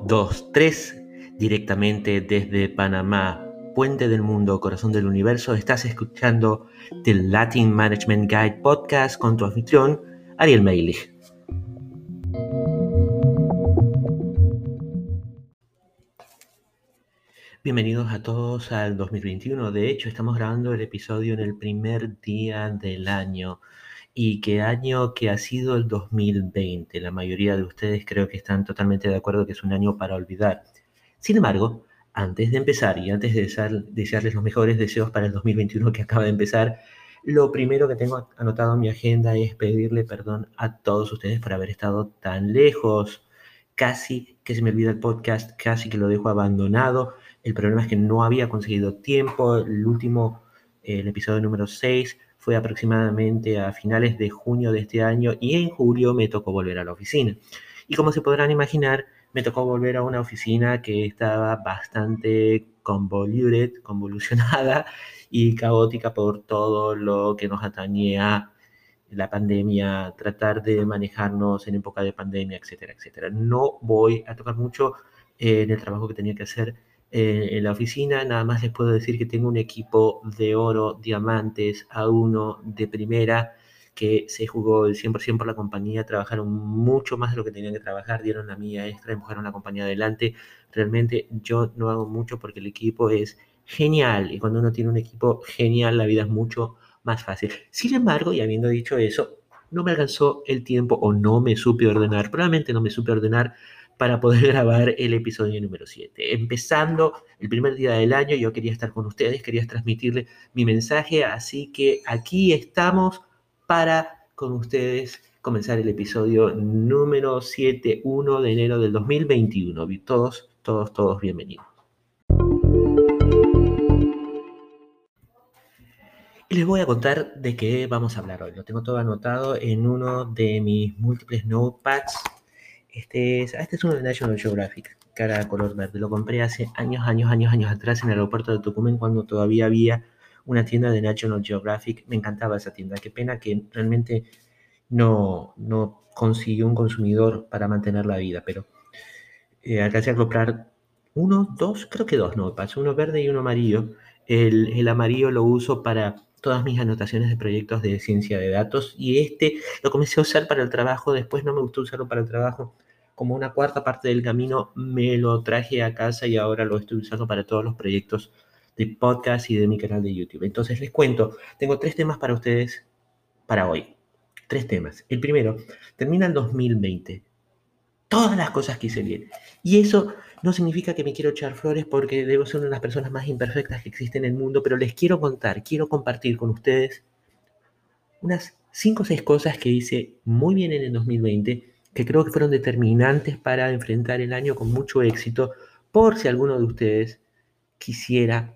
2, 3, directamente desde Panamá, puente del mundo, corazón del universo. Estás escuchando The Latin Management Guide Podcast con tu anfitrión, Ariel Meilich. Bienvenidos a todos al 2021. De hecho, estamos grabando el episodio en el primer día del año. ¿Y qué año que ha sido el 2020? La mayoría de ustedes creo que están totalmente de acuerdo que es un año para olvidar. Sin embargo, antes de empezar y antes de desearles los mejores deseos para el 2021 que acaba de empezar, lo primero que tengo anotado en mi agenda es pedirle perdón a todos ustedes por haber estado tan lejos. Casi que se me olvida el podcast, casi que lo dejo abandonado. El problema es que no había conseguido tiempo. El episodio número 6 fue aproximadamente a finales de junio de este año y en julio me tocó volver a la oficina. Y como se podrán imaginar, me tocó volver a una oficina que estaba bastante convolucionada y caótica por todo lo que nos atañía la pandemia, tratar de manejarnos en época de pandemia, etcétera, etcétera. No voy a tocar mucho en el trabajo que tenía que hacer en la oficina, nada más les puedo decir que tengo un equipo de oro, diamantes, A1 de primera, que se jugó el 100% por la compañía, trabajaron mucho más de lo que tenían que trabajar, dieron la milla extra, empujaron la compañía adelante. Realmente yo no hago mucho porque el equipo es genial y cuando uno tiene un equipo genial la vida es mucho más fácil. Sin embargo, y habiendo dicho eso, no me alcanzó el tiempo o no me supe ordenar, probablemente no me supe ordenar para poder grabar el episodio número 7. Empezando el primer día del año, yo quería estar con ustedes, quería transmitirles mi mensaje, así que aquí estamos para con ustedes comenzar el episodio número 7, 1 de enero del 2021. Todos bienvenidos. Y les voy a contar de qué vamos a hablar hoy. Lo tengo todo anotado en uno de mis múltiples notepads. Este es uno de National Geographic, cara color verde. Lo compré hace años atrás en el aeropuerto de Tucumán cuando todavía había una tienda de National Geographic. Me encantaba esa tienda. Qué pena que realmente no consiguió un consumidor para mantener la vida, pero alcancé a comprar creo que dos notepads, uno verde y uno amarillo. El amarillo lo uso para todas mis anotaciones de proyectos de ciencia de datos y este lo comencé a usar para el trabajo, después no me gustó usarlo para el trabajo. Como una cuarta parte del camino me lo traje a casa y ahora lo estoy usando para todos los proyectos de podcast y de mi canal de YouTube. Entonces les cuento, tengo 3 temas para ustedes para hoy. 3 temas. El primero, termina el 2020. Todas las cosas que hice bien. Y eso no significa que me quiero echar flores porque debo ser una de las personas más imperfectas que existen en el mundo, pero les quiero contar, quiero compartir con ustedes unas 5 o 6 cosas que hice muy bien en el 2020, que creo que fueron determinantes para enfrentar el año con mucho éxito, por si alguno de ustedes quisiera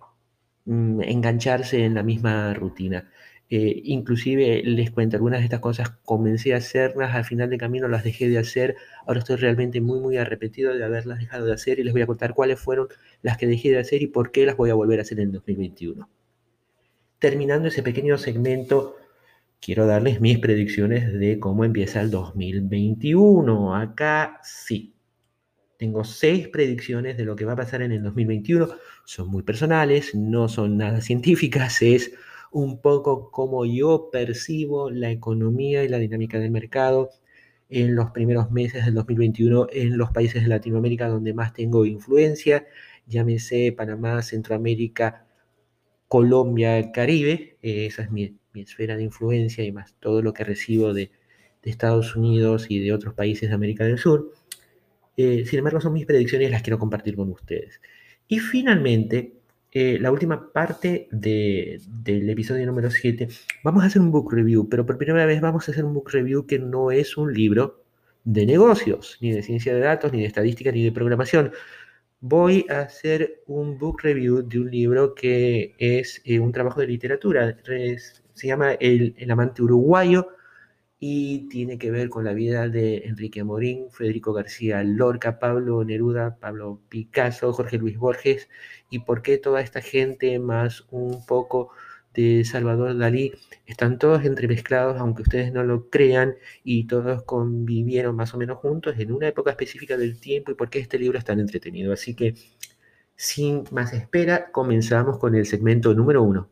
engancharse en la misma rutina. Inclusive les cuento, algunas de estas cosas comencé a hacerlas, al final de camino las dejé de hacer, ahora estoy realmente muy arrepentido de haberlas dejado de hacer y les voy a contar cuáles fueron las que dejé de hacer y por qué las voy a volver a hacer en el 2021. Terminando ese pequeño segmento, quiero darles mis predicciones de cómo empieza el 2021. Acá sí, tengo 6 predicciones de lo que va a pasar en el 2021. Son muy personales, no son nada científicas, es un poco como yo percibo la economía y la dinámica del mercado en los primeros meses del 2021 en los países de Latinoamérica donde más tengo influencia, llámese Panamá, Centroamérica, Colombia, Caribe. Esa es mi esfera de influencia y más todo lo que recibo de Estados Unidos y de otros países de América del Sur. Sin embargo, son mis predicciones y las quiero compartir con ustedes. Y finalmente, la última parte del episodio número 7, vamos a hacer un book review, pero por primera vez vamos a hacer un book review que no es un libro de negocios, ni de ciencia de datos, ni de estadística, ni de programación. Voy a hacer un book review de un libro que es un trabajo de literatura. Se llama El amante uruguayo y tiene que ver con la vida de Enrique Morín, Federico García Lorca, Pablo Neruda, Pablo Picasso, Jorge Luis Borges y por qué toda esta gente más un poco de Salvador Dalí, están todos entremezclados, aunque ustedes no lo crean, y todos convivieron más o menos juntos en una época específica del tiempo y por qué este libro es tan entretenido. Así que, sin más espera, comenzamos con el segmento número 1.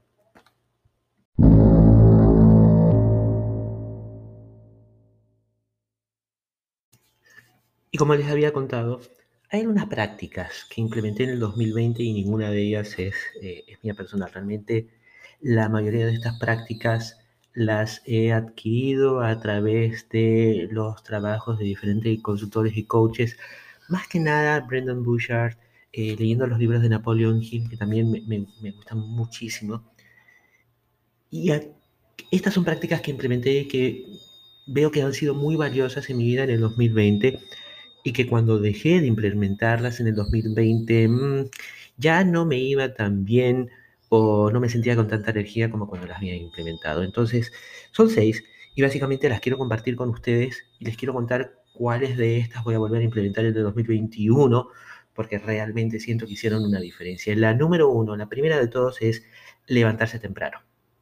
Y como les había contado, hay unas prácticas que implementé en el 2020 y ninguna de ellas es mía personal. Realmente la mayoría de estas prácticas las he adquirido a través de los trabajos de diferentes consultores y coaches. Más que nada, Brendan Burchard, leyendo los libros de Napoleon Hill, que también me gustan muchísimo. Y estas son prácticas que implementé y que veo que han sido muy valiosas en mi vida en el 2020 y que cuando dejé de implementarlas en el 2020 ya no me iba tan bien o no me sentía con tanta energía como cuando las había implementado. Entonces, son 6 y básicamente las quiero compartir con ustedes y les quiero contar cuáles de estas voy a volver a implementar en el 2021 porque realmente siento que hicieron una diferencia. La número 1, la primera de todos es levantarse temprano.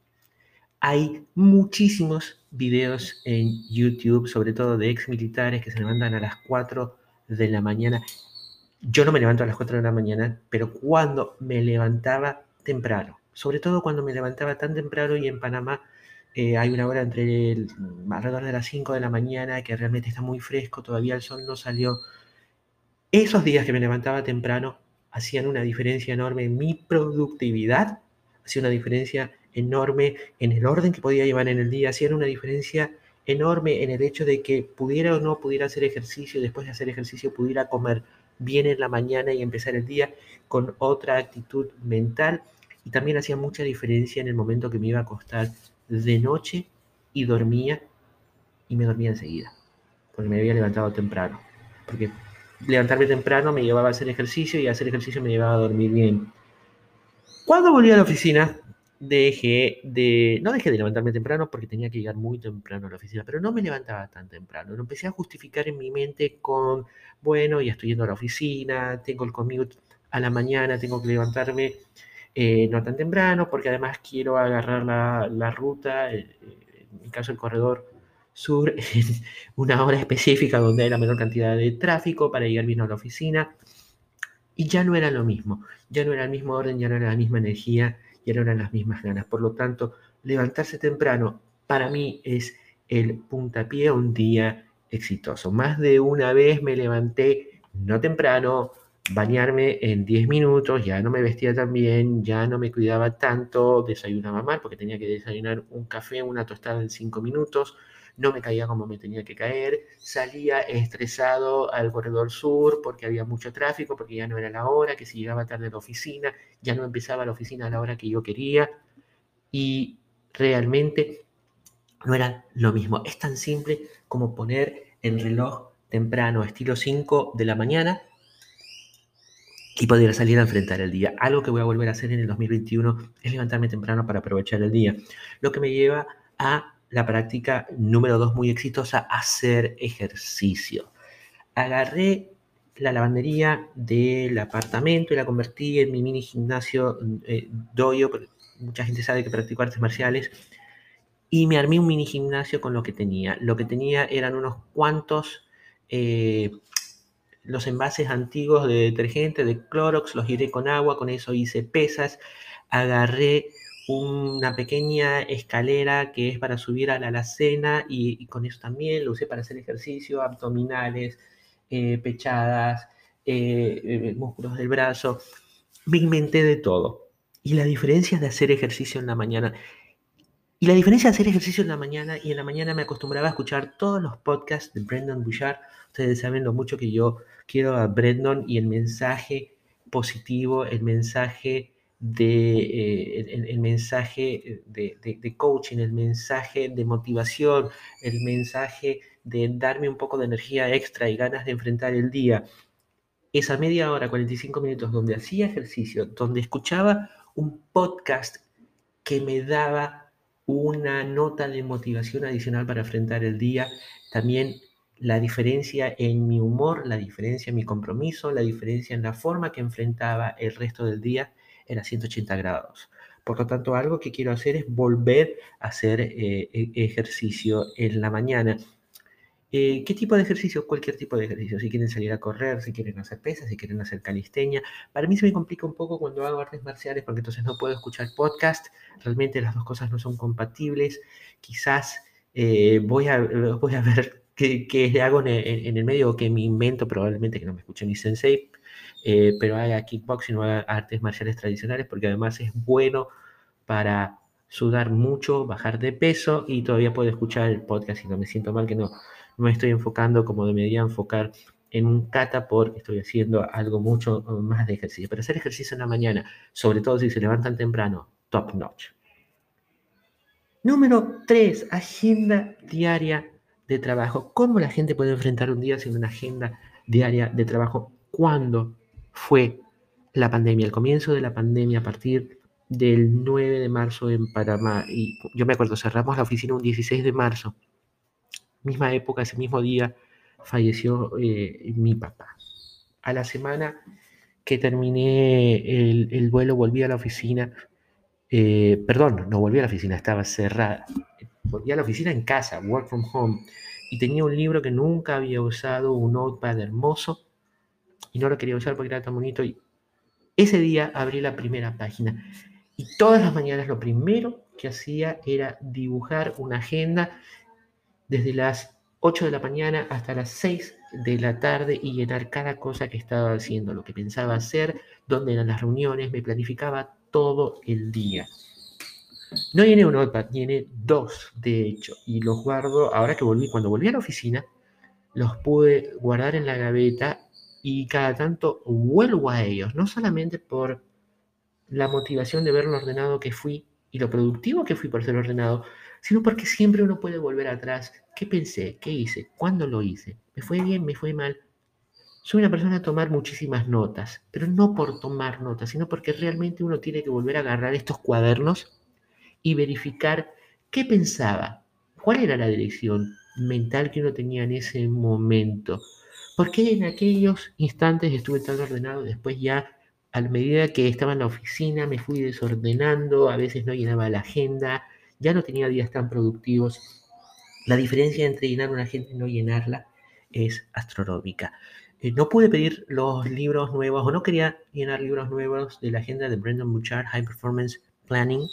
Hay muchísimos videos en YouTube, sobre todo de ex militares que se levantan a las 4 de la mañana. Yo no me levanto a las 4 de la mañana, pero cuando me levantaba temprano, sobre todo cuando me levantaba tan temprano y en Panamá hay una hora alrededor de las 5 de la mañana que realmente está muy fresco, todavía el sol no salió. Esos días que me levantaba temprano hacían una diferencia enorme en mi productividad, hacía una diferencia enorme en el orden que podía llevar en el día, hacían una diferencia enorme en el hecho de que pudiera o no pudiera hacer ejercicio, después de hacer ejercicio pudiera comer bien en la mañana y empezar el día con otra actitud mental, y también hacía mucha diferencia en el momento que me iba a acostar de noche y dormía, y me dormía enseguida, porque me había levantado temprano, porque levantarme temprano me llevaba a hacer ejercicio y hacer ejercicio me llevaba a dormir bien. Cuando volví a la oficina, no dejé de levantarme temprano porque tenía que llegar muy temprano a la oficina, pero no me levantaba tan temprano. Lo empecé a justificar en mi mente con, bueno, ya estoy yendo a la oficina, tengo el commute a la mañana, tengo que levantarme no tan temprano porque además quiero agarrar la ruta, en mi caso el corredor sur, en una hora específica donde hay la menor cantidad de tráfico para llegar bien a la oficina. Y ya no era lo mismo, ya no era el mismo orden, ya no era la misma energía, ya no eran las mismas ganas. Por lo tanto, levantarse temprano para mí es el puntapié a un día exitoso. Más de una vez me levanté no temprano, bañarme en 10 minutos, ya no me vestía tan bien, ya no me cuidaba tanto, desayunaba mal porque tenía que desayunar un café, una tostada en 5 minutos, no me caía como me tenía que caer, salía estresado al corredor sur porque había mucho tráfico, porque ya no era la hora, que si llegaba tarde a la oficina, ya no empezaba la oficina a la hora que yo quería, y realmente no era lo mismo. Es tan simple como poner el reloj temprano, estilo 5 de la mañana, y poder salir a enfrentar el día. Algo que voy a volver a hacer en el 2021 es levantarme temprano para aprovechar el día. Lo que me lleva a la práctica número 2 muy exitosa, hacer ejercicio. Agarré la lavandería del apartamento y la convertí en mi mini gimnasio dojo, mucha gente sabe que practico artes marciales, y me armé un mini gimnasio con lo que tenía. Lo que tenía eran unos cuantos eh, los envases antiguos de detergente, de Clorox, los giré con agua, con eso hice pesas, agarré una pequeña escalera que es para subir a la alacena y con eso también lo usé para hacer ejercicio, abdominales, pechadas, músculos del brazo, me inventé de todo. Y la diferencia de hacer ejercicio en la mañana y la diferencia de hacer ejercicio en la mañana, y en la mañana me acostumbraba a escuchar todos los podcasts de Brendan Bouchard. Ustedes saben lo mucho que yo quiero a Brendan y el mensaje positivo, el mensaje el mensaje de coaching, el mensaje de motivación, el mensaje de darme un poco de energía extra y ganas de enfrentar el día. Esa media hora, 45 minutos donde hacía ejercicio, donde escuchaba un podcast que me daba una nota de motivación adicional para enfrentar el día. También la diferencia en mi humor, la diferencia en mi compromiso, la diferencia en la forma que enfrentaba el resto del día era 180 grados. Por lo tanto, algo que quiero hacer es volver a hacer ejercicio en la mañana. ¿Qué tipo de ejercicio? Cualquier tipo de ejercicio. Si quieren salir a correr, si quieren hacer pesas, si quieren hacer calistenia. Para mí se me complica un poco cuando hago artes marciales porque entonces no puedo escuchar podcast. Realmente las dos cosas no son compatibles. Quizás voy a ver qué hago en el medio o qué me invento. Probablemente que no me escuche mi sensei. Pero haga kickboxing o haga artes marciales tradicionales porque además es bueno para sudar mucho, bajar de peso y todavía puedo escuchar el podcast y no me siento mal que no me estoy enfocando como debería enfocar en un kata porque estoy haciendo algo mucho más de ejercicio. Pero hacer ejercicio en la mañana, sobre todo si se levantan temprano, top notch. Número 3, agenda diaria de trabajo. ¿Cómo la gente puede enfrentar un día sin una agenda diaria de trabajo? ¿Cuándo fue la pandemia? El comienzo de la pandemia a partir del 9 de marzo en Panamá. Y yo me acuerdo, cerramos la oficina un 16 de marzo. Misma época, ese mismo día, falleció mi papá. A la semana que terminé el vuelo, volví a la oficina. Perdón, no volví a la oficina, estaba cerrada. Volví a la oficina en casa, work from home, y tenía un libro que nunca había usado, un notepad hermoso, y no lo quería usar porque era tan bonito. Y ese día abrí la primera página, y todas las mañanas lo primero que hacía era dibujar una agenda desde las 8 de la mañana hasta las 6 de la tarde y llenar cada cosa que estaba haciendo, lo que pensaba hacer, dónde eran las reuniones, me planificaba todo el día. No llené un notepad, llené dos, de hecho, y los guardo, ahora que volví, cuando volví a la oficina, los pude guardar en la gaveta y cada tanto vuelvo a ellos, no solamente por la motivación de ver lo ordenado que fui y lo productivo que fui por ser ordenado, sino porque siempre uno puede volver atrás. ¿Qué pensé? ¿Qué hice? ¿Cuándo lo hice? ¿Me fue bien? ¿Me fue mal? Soy una persona a tomar muchísimas notas, pero no por tomar notas, sino porque realmente uno tiene que volver a agarrar estos cuadernos y verificar qué pensaba, cuál era la dirección mental que uno tenía en ese momento. ¿Por qué en aquellos instantes estuve tan ordenado? Después ya, a medida que estaba en la oficina, me fui desordenando, a veces no llenaba la agenda, ya no tenía días tan productivos. La diferencia entre llenar una agenda y no llenarla es astronómica. No pude pedir los libros nuevos, o no quería llenar libros nuevos de la agenda de Brendon Burchard, High Performance Planning,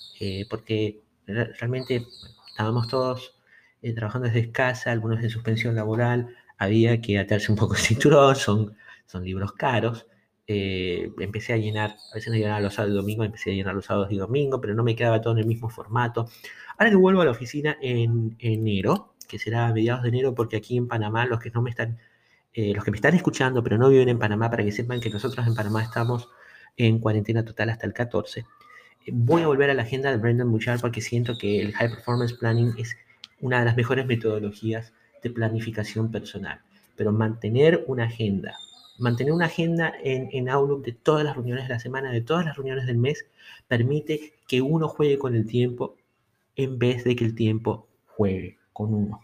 porque realmente estábamos todos trabajando desde casa, algunos en suspensión laboral, había que atarse un poco el cinturón, son libros caros. Empecé a llenar, a veces no llenaba los sábados y domingos, empecé a llenar los sábados y domingos, pero no me quedaba todo en el mismo formato. Ahora que vuelvo a la oficina en enero, que será a mediados de enero, porque aquí en Panamá, los que me están escuchando, pero no viven en Panamá, para que sepan que nosotros en Panamá estamos en cuarentena total hasta el 14. Voy a volver a la agenda de Brendan Burchard porque siento que el High Performance Planning es una de las mejores metodologías de planificación personal. Pero mantener una agenda en Outlook de todas las reuniones de la semana, de todas las reuniones del mes, permite que uno juegue con el tiempo en vez de que el tiempo juegue con uno.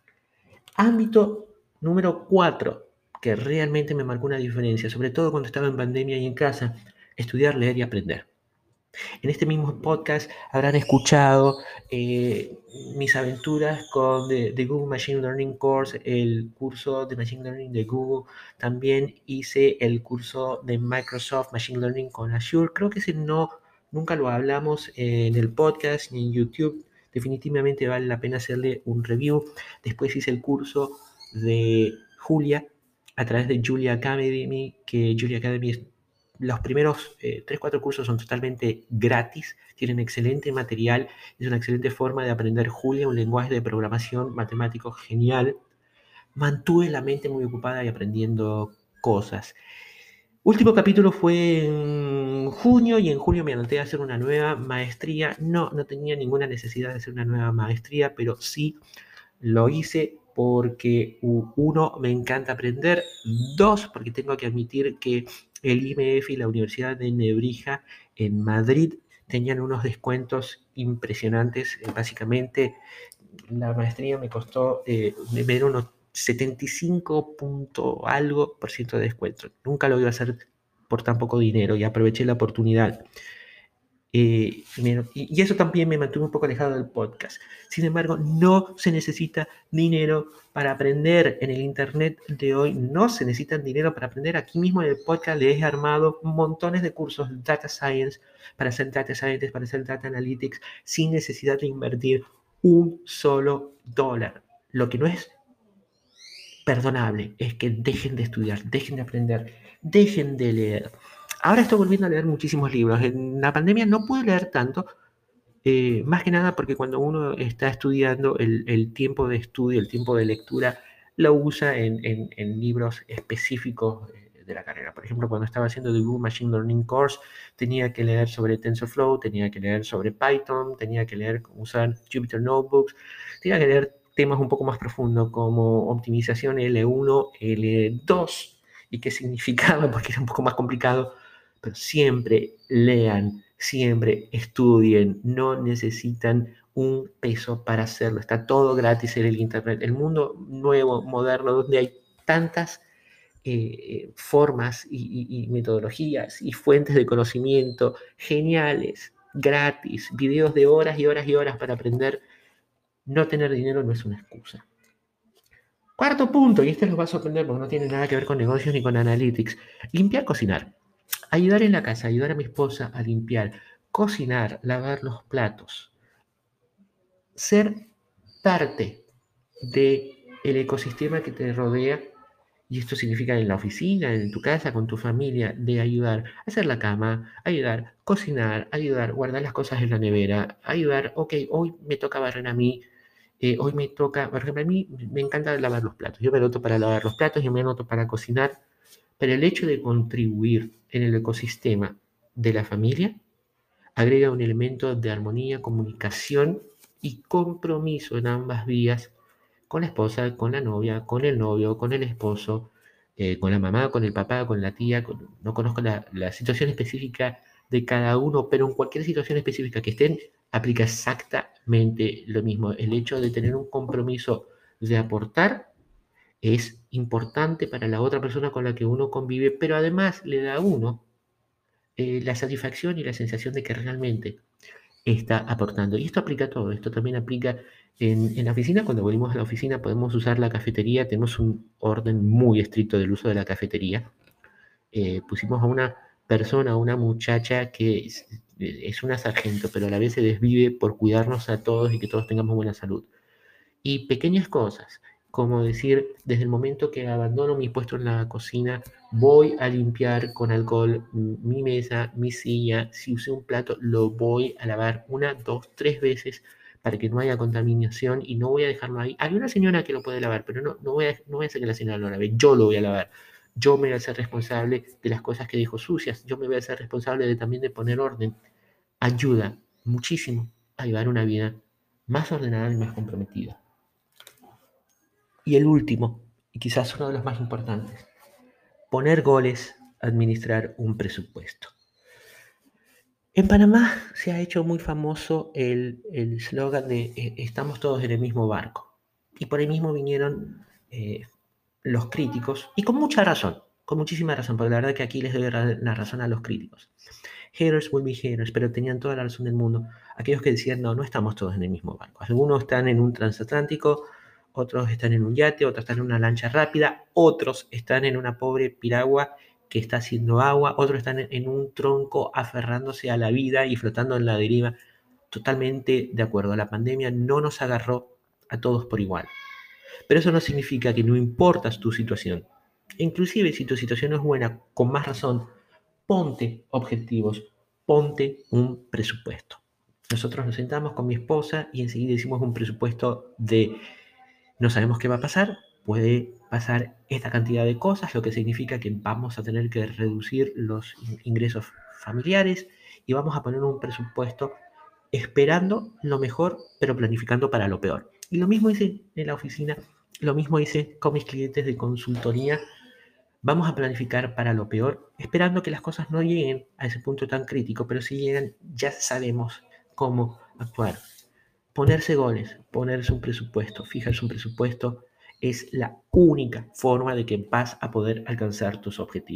Ámbito número 4, que realmente me marcó una diferencia, sobre todo cuando estaba en pandemia y en casa, estudiar, leer y aprender. En este mismo podcast habrán escuchado mis aventuras con The Google Machine Learning Course, el curso de Machine Learning de Google. También hice el curso de Microsoft Machine Learning con Azure. Creo que ese nunca lo hablamos en el podcast ni en YouTube. Definitivamente vale la pena hacerle un review. Después hice el curso de Julia a través de Julia Academy, que Julia Academy es los primeros 3-4 cursos son totalmente gratis, tienen excelente material, es una excelente forma de aprender Julia, un lenguaje de programación matemático genial. Mantuve la mente muy ocupada y aprendiendo cosas. Último capítulo fue en junio y en julio me anoté a hacer una nueva maestría. No tenía ninguna necesidad de hacer una nueva maestría, pero sí lo hice porque uno, me encanta aprender, dos, porque tengo que admitir que el IMF y la Universidad de Nebrija en Madrid tenían unos descuentos impresionantes. Básicamente, la maestría me costó, me dieron unos 75 punto algo por ciento de descuento. Nunca lo iba a hacer por tan poco dinero y aproveché la oportunidad. y eso también me mantuvo un poco alejado del podcast. Sin embargo, no se necesita dinero para aprender en el Internet de hoy. No se necesita dinero para aprender. Aquí mismo en el podcast les he armado montones de cursos de Data Science para hacer Data Scientist, para hacer Data Analytics, sin necesidad de invertir un solo dólar. Lo que no es perdonable es que dejen de estudiar, dejen de aprender, dejen de leer. Ahora estoy volviendo a leer muchísimos libros. En la pandemia no pude leer tanto, más que nada porque cuando uno está estudiando, el tiempo de estudio, el tiempo de lectura, lo usa en libros específicos de la carrera. Por ejemplo, cuando estaba haciendo el Google Machine Learning Course, tenía que leer sobre TensorFlow, tenía que leer sobre Python, tenía que leer cómo usar Jupyter Notebooks, tenía que leer temas un poco más profundos como optimización L1, L2 y qué significaba, porque era un poco más complicado, pero siempre lean, siempre estudien, no necesitan un peso para hacerlo, está todo gratis en el Internet. El mundo nuevo, moderno, donde hay tantas formas y metodologías y fuentes de conocimiento geniales, gratis, videos de horas y horas y horas para aprender. No tener dinero no es una excusa. Cuarto punto, y este lo va a sorprender porque no tiene nada que ver con negocios ni con analytics. Limpiar, cocinar. Ayudar en la casa, ayudar a mi esposa a limpiar, cocinar, lavar los platos. Ser parte del ecosistema que te rodea, y esto significa en la oficina, en tu casa, con tu familia, de ayudar a hacer la cama, ayudar, cocinar, ayudar, guardar las cosas en la nevera, ayudar, ok, hoy me toca barrer a mí, hoy me toca, por ejemplo, a mí me encanta lavar los platos, yo me anoto para lavar los platos, yo me anoto para cocinar, pero el hecho de contribuir en el ecosistema de la familia agrega un elemento de armonía, comunicación y compromiso en ambas vías, con la esposa, con la novia, con el novio, con el esposo, con la mamá, con el papá, con la tía. No conozco la situación específica de cada uno, pero en cualquier situación específica que estén, aplica exactamente lo mismo. El hecho de tener un compromiso de aportar es importante para la otra persona con la que uno convive, pero además le da a uno la satisfacción y la sensación de que realmente está aportando. Y esto aplica a todo, esto también aplica en la oficina. Cuando volvimos a la oficina podemos usar la cafetería, tenemos un orden muy estricto del uso de la cafetería. Pusimos a una persona, a una muchacha que es una sargento, pero a la vez se desvive por cuidarnos a todos y que todos tengamos buena salud. Y pequeñas cosas, como decir, desde el momento que abandono mi puesto en la cocina, voy a limpiar con alcohol mi mesa, mi silla. Si usé un plato, lo voy a lavar una, dos, tres veces para que no haya contaminación y no voy a dejarlo ahí. Hay una señora que lo puede lavar, pero no voy a hacer que la señora lo lave, yo lo voy a lavar. Yo me voy a ser responsable de las cosas que dejo sucias. Yo me voy a ser responsable de también de poner orden. Ayuda muchísimo a llevar una vida más ordenada y más comprometida. Y el último, y quizás uno de los más importantes, poner goles, administrar un presupuesto. En Panamá se ha hecho muy famoso el slogan de estamos todos en el mismo barco. Y por ahí mismo vinieron los críticos, y con mucha razón, con muchísima razón, porque la verdad que aquí les doy la razón a los críticos. Haters will be haters, pero tenían toda la razón del mundo. Aquellos que decían, no, no estamos todos en el mismo barco. Algunos están en un transatlántico, otros están en un yate, otros están en una lancha rápida, otros están en una pobre piragua que está haciendo agua, otros están en un tronco aferrándose a la vida y flotando en la deriva. Totalmente de acuerdo, la pandemia no nos agarró a todos por igual. Pero eso no significa que no importas tu situación. Inclusive si tu situación no es buena, con más razón, ponte objetivos, ponte un presupuesto. Nosotros nos sentamos con mi esposa y enseguida hicimos un presupuesto de no sabemos qué va a pasar, puede pasar esta cantidad de cosas, lo que significa que vamos a tener que reducir los ingresos familiares y vamos a poner un presupuesto esperando lo mejor, pero planificando para lo peor. Y lo mismo hice en la oficina, lo mismo hice con mis clientes de consultoría. Vamos a planificar para lo peor, esperando que las cosas no lleguen a ese punto tan crítico, pero si llegan, ya sabemos cómo actuar. Ponerse goles, ponerse un presupuesto, fijarse un presupuesto es la única forma de que vas a poder alcanzar tus objetivos.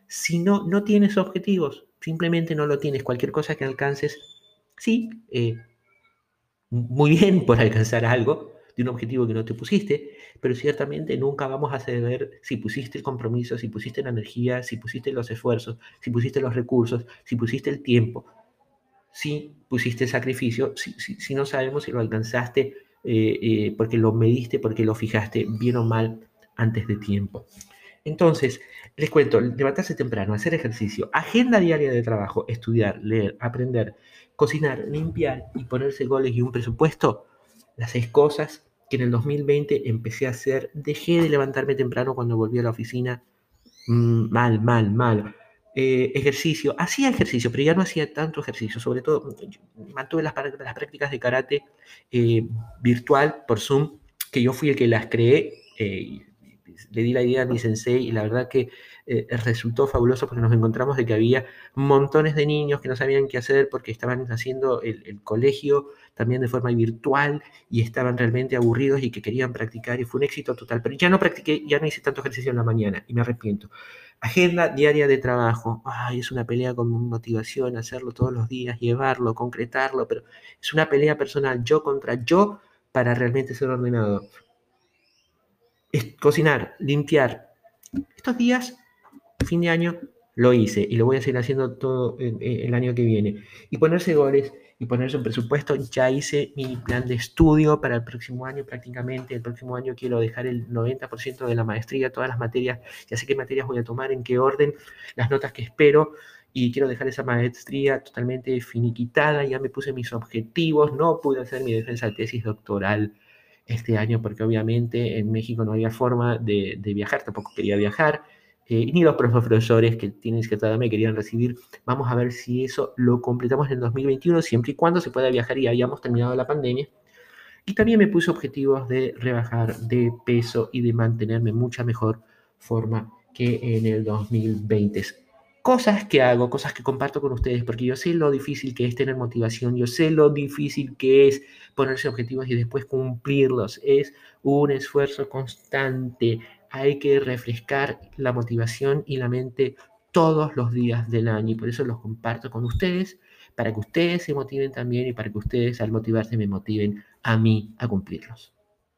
Si no tienes objetivos, simplemente no lo tienes, cualquier cosa que alcances, sí, muy bien por alcanzar algo de un objetivo que no te pusiste, pero ciertamente nunca vamos a saber si pusiste el compromiso, si pusiste la energía, si pusiste los esfuerzos, si pusiste los recursos, si pusiste el tiempo, si pusiste el sacrificio, si no sabemos si lo alcanzaste porque lo mediste, porque lo fijaste bien o mal antes de tiempo. Entonces, les cuento, levantarse temprano, hacer ejercicio, agenda diaria de trabajo, estudiar, leer, aprender, cocinar, limpiar y ponerse goles y un presupuesto, las 6 cosas que en el 2020 empecé a hacer. Dejé de levantarme temprano cuando volví a la oficina. Mal, mal, mal. Ejercicio, hacía ejercicio, pero ya no hacía tanto ejercicio. Sobre todo, mantuve las prácticas de karate virtual por Zoom, que yo fui el que las creé. Le di la idea a mi sensei y la verdad que resultó fabuloso porque nos encontramos de que había montones de niños que no sabían qué hacer porque estaban haciendo el colegio también de forma virtual y estaban realmente aburridos y que querían practicar y fue un éxito total. Pero ya no practiqué, ya no hice tanto ejercicio en la mañana y me arrepiento. Agenda diaria de trabajo. Ay, es una pelea con motivación, hacerlo todos los días, llevarlo, concretarlo, pero es una pelea personal, yo contra yo, para realmente ser ordenado. Cocinar, limpiar. Estos días, fin de año, lo hice y lo voy a seguir haciendo todo el año que viene. Y ponerse goles y ponerse un presupuesto. Ya hice mi plan de estudio para el próximo año prácticamente. El próximo año quiero dejar el 90% de la maestría, todas las materias. Ya sé qué materias voy a tomar, en qué orden, las notas que espero. Y quiero dejar esa maestría totalmente finiquitada. Ya me puse mis objetivos. No pude hacer mi defensa de tesis doctoral este año porque obviamente en México no había forma de viajar. Tampoco quería viajar ni los profesores que tienen que me querían recibir. Vamos a ver si eso lo completamos en el 2021, siempre y cuando se pueda viajar y hayamos terminado la pandemia. Y también me puse objetivos de rebajar de peso y de mantenerme en mucha mejor forma que en el 2020. Cosas que hago, cosas que comparto con ustedes, porque yo sé lo difícil que es tener motivación, yo sé lo difícil que es ponerse objetivos y después cumplirlos. Es un esfuerzo constante. Hay que refrescar la motivación y la mente todos los días del año y por eso los comparto con ustedes, para que ustedes se motiven también y para que ustedes al motivarse me motiven a mí a cumplirlos.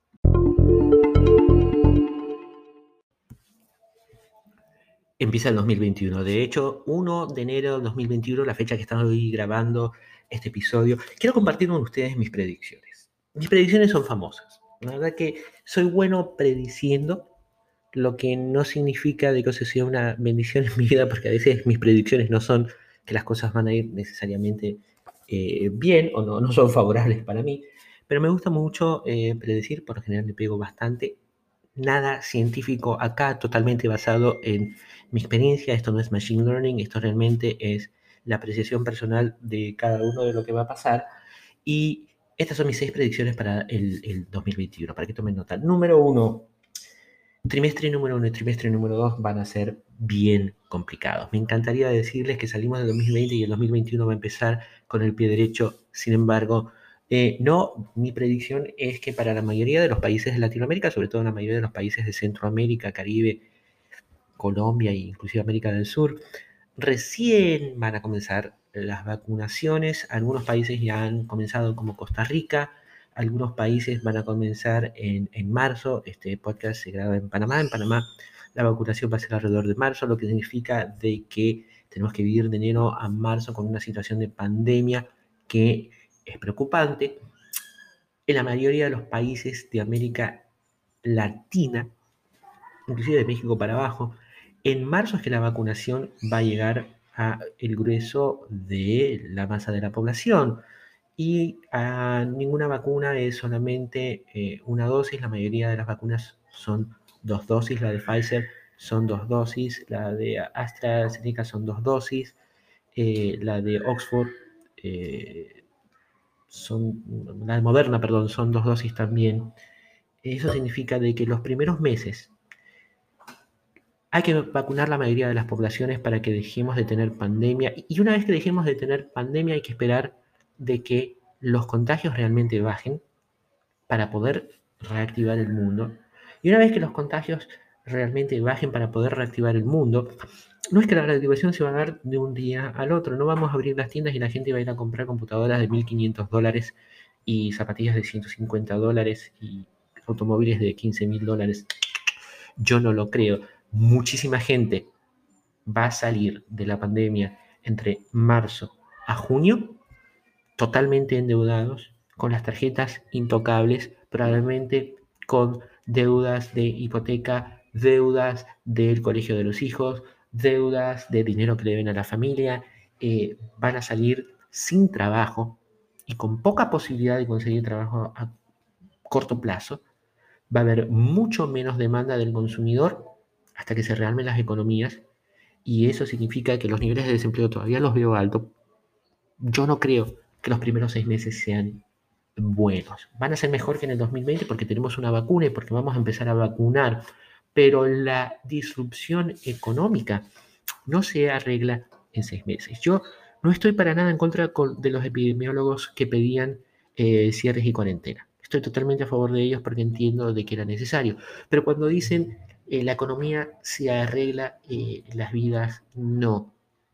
Empieza el 2021. De hecho, 1 de enero del 2021, la fecha que estoy grabando este episodio, quiero compartir con ustedes mis predicciones. Mis predicciones son famosas. La verdad que soy bueno prediciendo, lo que no significa de que eso sea una bendición en mi vida, porque a veces mis predicciones no son que las cosas van a ir necesariamente bien o no son favorables para mí, pero me gusta mucho predecir, por lo general le pego bastante. Nada científico acá, totalmente basado en mi experiencia. Esto no es machine learning, esto realmente es la apreciación personal de cada uno de lo que va a pasar. Y estas son mis 6 predicciones para el 2021, para que tomen nota. Número 1, trimestre número 1 y trimestre número 2 van a ser bien complicados. Me encantaría decirles que salimos del 2020 y el 2021 va a empezar con el pie derecho. Sin embargo, no, mi predicción es que para la mayoría de los países de Latinoamérica, sobre todo la mayoría de los países de Centroamérica, Caribe, Colombia e inclusive América del Sur, recién van a comenzar las vacunaciones. Algunos países ya han comenzado como Costa Rica, algunos países van a comenzar en marzo. Este podcast se graba en Panamá. En Panamá la vacunación va a ser alrededor de marzo, lo que significa de que tenemos que vivir de enero a marzo con una situación de pandemia que es preocupante. En la mayoría de los países de América Latina, inclusive de México para abajo, en marzo es que la vacunación va a llegar a el grueso de la masa de la población y a ninguna vacuna es solamente una dosis. La mayoría de las vacunas son 2 dosis. La de Pfizer son 2 dosis, la de AstraZeneca son 2 dosis, la de Oxford la de Moderna, perdón, son 2 dosis también. Eso significa de que los primeros meses hay que vacunar la mayoría de las poblaciones para que dejemos de tener pandemia. Y una vez que dejemos de tener pandemia hay que esperar de que los contagios realmente bajen para poder reactivar el mundo. Y una vez que los contagios realmente bajen para poder reactivar el mundo, no es que la reactivación se va a dar de un día al otro. No vamos a abrir las tiendas y la gente va a ir a comprar computadoras de $1.500 y zapatillas de $150 y automóviles de $15.000. Yo no lo creo. Muchísima gente va a salir de la pandemia entre marzo a junio totalmente endeudados, con las tarjetas intocables, probablemente con deudas de hipoteca, deudas del colegio de los hijos, deudas de dinero que le deben a la familia, van a salir sin trabajo y con poca posibilidad de conseguir trabajo a corto plazo. Va a haber mucho menos demanda del consumidor hasta que se realmen las economías, y eso significa que los niveles de desempleo todavía los veo altos. Yo no creo que los primeros 6 meses sean buenos. Van a ser mejor que en el 2020 porque tenemos una vacuna y porque vamos a empezar a vacunar, pero la disrupción económica no se arregla en 6 meses. Yo no estoy para nada en contra de los epidemiólogos que pedían cierres y cuarentena. Estoy totalmente a favor de ellos porque entiendo de que era necesario. Pero cuando dicen la economía se arregla, las vidas no.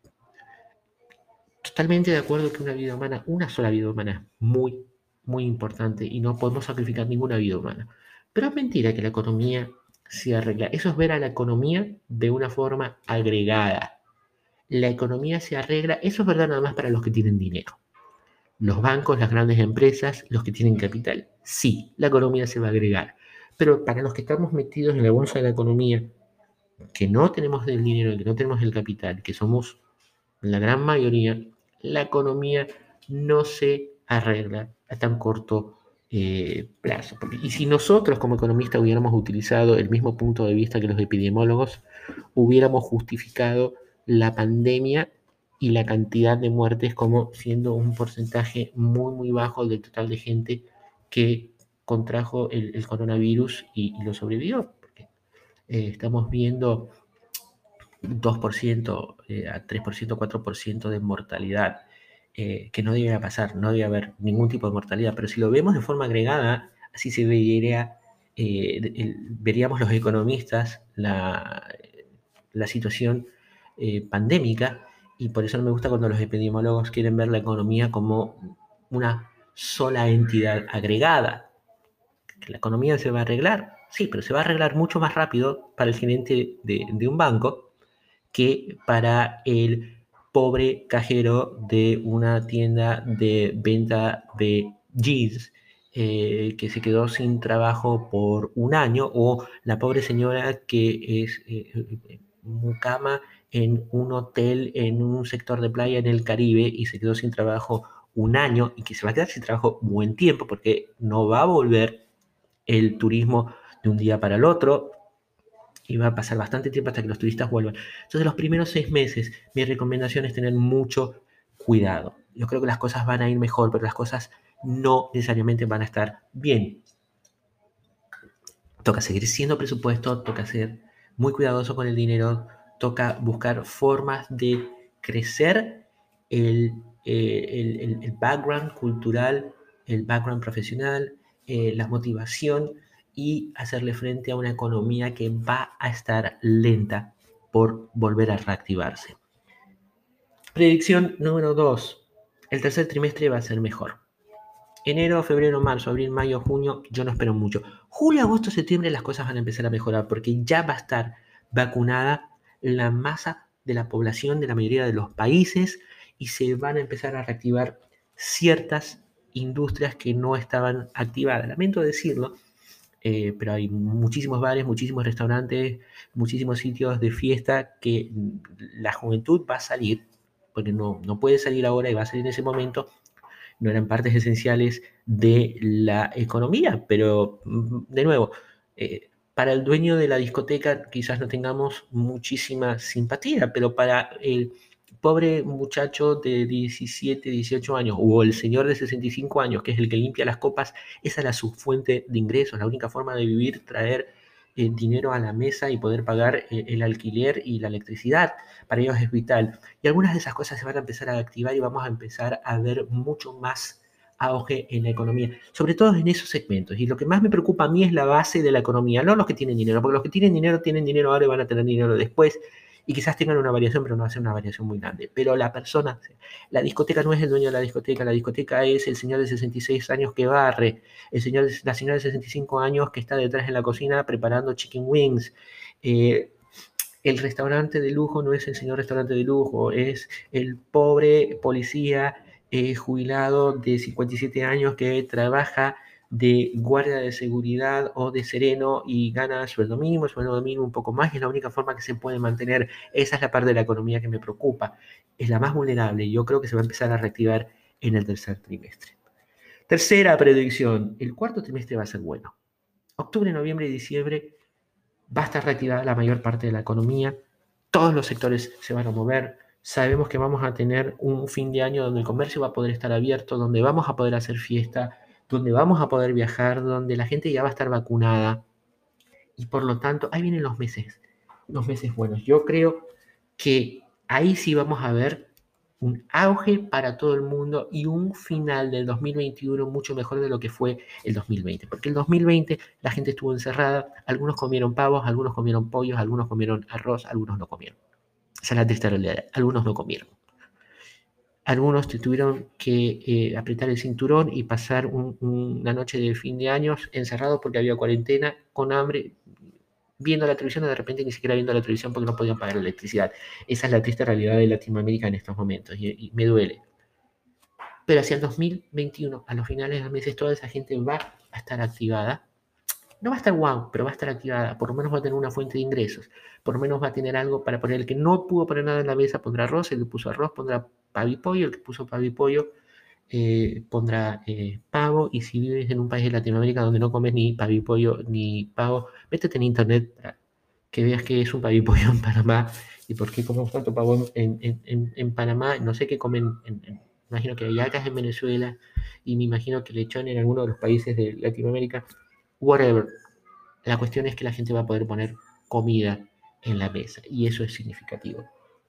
Totalmente de acuerdo que una vida humana, una sola vida humana, es muy, muy importante y no podemos sacrificar ninguna vida humana. Pero es mentira que la economía se arregla. Eso es ver a la economía de una forma agregada. La economía se arregla, eso es verdad nada más para los que tienen dinero. Los bancos, las grandes empresas, los que tienen capital. Sí, la economía se va a agregar. Pero para los que estamos metidos en la bolsa de la economía, que no tenemos el dinero, que no tenemos el capital, que somos la gran mayoría, la economía no se arregla a tan corto plazo. Y si nosotros como economistas hubiéramos utilizado el mismo punto de vista que los epidemiólogos, hubiéramos justificado la pandemia y la cantidad de muertes como siendo un porcentaje muy, muy bajo del total de gente que contrajo el coronavirus y lo sobrevivió. Porque estamos viendo 2% a 3%, 4% de mortalidad, que no debería pasar, no debe haber ningún tipo de mortalidad, pero si lo vemos de forma agregada, así se vería, veríamos los economistas la situación pandémica, y por eso no me gusta cuando los epidemiólogos quieren ver la economía como una sola entidad agregada. Que la economía se va a arreglar, sí, pero se va a arreglar mucho más rápido para el gerente de un banco que para el pobre cajero de una tienda de venta de jeans, que se quedó sin trabajo por un año, o la pobre señora que es mucama en un hotel en un sector de playa en el Caribe y se quedó sin trabajo un año y que se va a quedar sin trabajo buen tiempo porque no va a volver el turismo de un día para el otro y va a pasar bastante tiempo hasta que los turistas vuelvan. Entonces, los primeros 6 meses, mi recomendación es tener mucho cuidado. Yo creo que las cosas van a ir mejor, pero las cosas no necesariamente van a estar bien. Toca seguir siendo presupuesto, toca ser muy cuidadoso con el dinero, toca buscar formas de crecer el, el background cultural, el background profesional, la motivación, y hacerle frente a una economía que va a estar lenta por volver a reactivarse. Predicción número 2. El tercer trimestre va a ser mejor. Enero, febrero, marzo, abril, mayo, junio, yo no espero mucho. Julio, agosto, septiembre las cosas van a empezar a mejorar porque ya va a estar vacunada la masa de la población de la mayoría de los países y se van a empezar a reactivar ciertas industrias que no estaban activadas. Lamento decirlo, pero hay muchísimos bares, muchísimos restaurantes, muchísimos sitios de fiesta que la juventud va a salir, porque no puede salir ahora y va a salir en ese momento. No eran partes esenciales de la economía, pero de nuevo, para el dueño de la discoteca quizás no tengamos muchísima simpatía, pero para el pobre muchacho de 17, 18 años o el señor de 65 años, que es el que limpia las copas, esa era su fuente de ingresos, la única forma de vivir, traer dinero a la mesa y poder pagar el alquiler y la electricidad. Para ellos es vital. Y algunas de esas cosas se van a empezar a activar y vamos a empezar a ver mucho más auge en la economía, sobre todo en esos segmentos. Y lo que más me preocupa a mí es la base de la economía, no los que tienen dinero, porque los que tienen dinero ahora y van a tener dinero después, y quizás tengan una variación, pero no va a ser una variación muy grande. Pero la persona, la discoteca no es el dueño de la discoteca es el señor de 66 años que barre, la señora de 65 años que está detrás en la cocina preparando chicken wings. El restaurante de lujo no es el señor restaurante de lujo, es el pobre policía jubilado de 57 años que trabaja de guardia de seguridad o de sereno y gana sueldo mínimo un poco más, y es la única forma que se puede mantener. Esa es la parte de la economía que me preocupa. Es la más vulnerable y yo creo que se va a empezar a reactivar en el tercer trimestre. Tercera predicción, el cuarto trimestre va a ser bueno. Octubre, noviembre y diciembre va a estar reactivada la mayor parte de la economía, todos los sectores se van a mover, sabemos que vamos a tener un fin de año donde el comercio va a poder estar abierto, donde vamos a poder hacer fiesta, donde vamos a poder viajar, donde la gente ya va a estar vacunada, y por lo tanto, ahí vienen los meses buenos. Yo creo que ahí sí vamos a ver un auge para todo el mundo y un final del 2021 mucho mejor de lo que fue el 2020. Porque el 2020 la gente estuvo encerrada, algunos comieron pavos, algunos comieron pollos, algunos comieron arroz, algunos no comieron. Esa es la triste realidad, algunos no comieron. Algunos tuvieron que apretar el cinturón y pasar una noche de fin de años encerrados porque había cuarentena, con hambre, viendo la televisión, o de repente ni siquiera viendo la televisión porque no podían pagar la electricidad. Esa es la triste realidad de Latinoamérica en estos momentos y me duele. Pero hacia el 2021, a los finales de los meses, toda esa gente va a estar activada. No va a estar wow, pero va a estar activada. Por lo menos va a tener una fuente de ingresos. Por lo menos va a tener algo para poner. El que no pudo poner nada en la mesa pondrá arroz. El que puso arroz pondrá pavo y pollo. El que puso pavo y pollo pondrá pavo. Y si vives en un país de Latinoamérica donde no comes ni pavo y pollo ni pavo, métete en internet para que veas que es un pavo y pollo en Panamá y por qué comemos tanto pavo en Panamá. No sé qué comen, imagino que hay hallacas en Venezuela y me imagino que lechón en alguno de los países de Latinoamérica. Whatever. La cuestión es que la gente va a poder poner comida en la mesa y eso es significativo.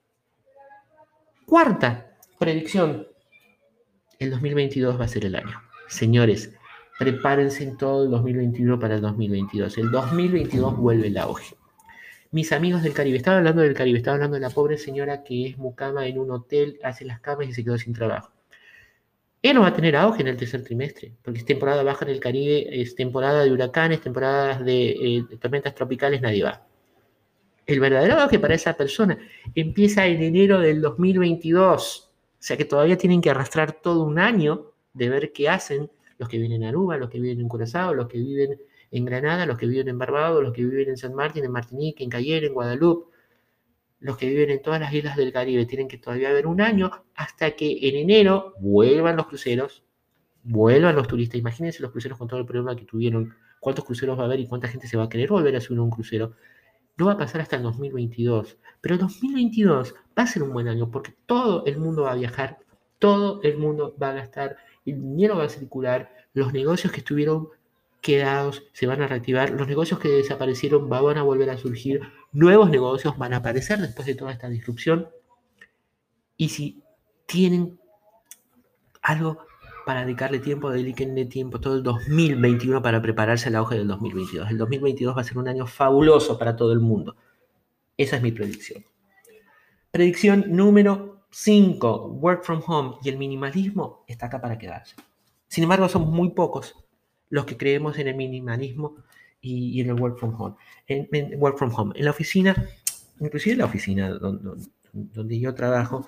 Cuarta predicción. El 2022 va a ser el año. Señores, prepárense en todo el 2021 para el 2022. El 2022 vuelve el auge. Mis amigos del Caribe, estaba hablando del Caribe, estaba hablando de la pobre señora que es mucama en un hotel, hace las camas y se quedó sin trabajo. Él no va a tener auge en el tercer trimestre, porque es temporada baja en el Caribe, es temporada de huracanes, temporadas de tormentas tropicales, nadie va. El verdadero auge para esa persona empieza en enero del 2022. O sea que todavía tienen que arrastrar todo un año de ver qué hacen los que viven en Aruba, los que viven en Curazao, los que viven en Granada, los que viven en Barbados, los que viven en San Martín, en Martinique, en Cayenne, en Guadalupe, los que viven en todas las islas del Caribe. Tienen que todavía ver un año hasta que en enero vuelvan los cruceros, vuelvan los turistas. Imagínense los cruceros con todo el problema que tuvieron, cuántos cruceros va a haber y cuánta gente se va a querer volver a subir a un crucero. No va a pasar hasta el 2022, pero el 2022 va a ser un buen año porque todo el mundo va a viajar, todo el mundo va a gastar, el dinero va a circular, los negocios que estuvieron quedados se van a reactivar, los negocios que desaparecieron van a volver a surgir, nuevos negocios van a aparecer después de toda esta disrupción. Y si tienen algo para dedicarle tiempo, dedíquenle tiempo todo el 2021 para prepararse al auge del 2022. El 2022 va a ser un año fabuloso para todo el mundo. Esa es mi predicción. Predicción número 5. Work from home y el minimalismo está acá para quedarse. Sin embargo, somos muy pocos los que creemos en el minimalismo y en el work from home. Work from home. En la oficina, inclusive en la oficina donde yo trabajo,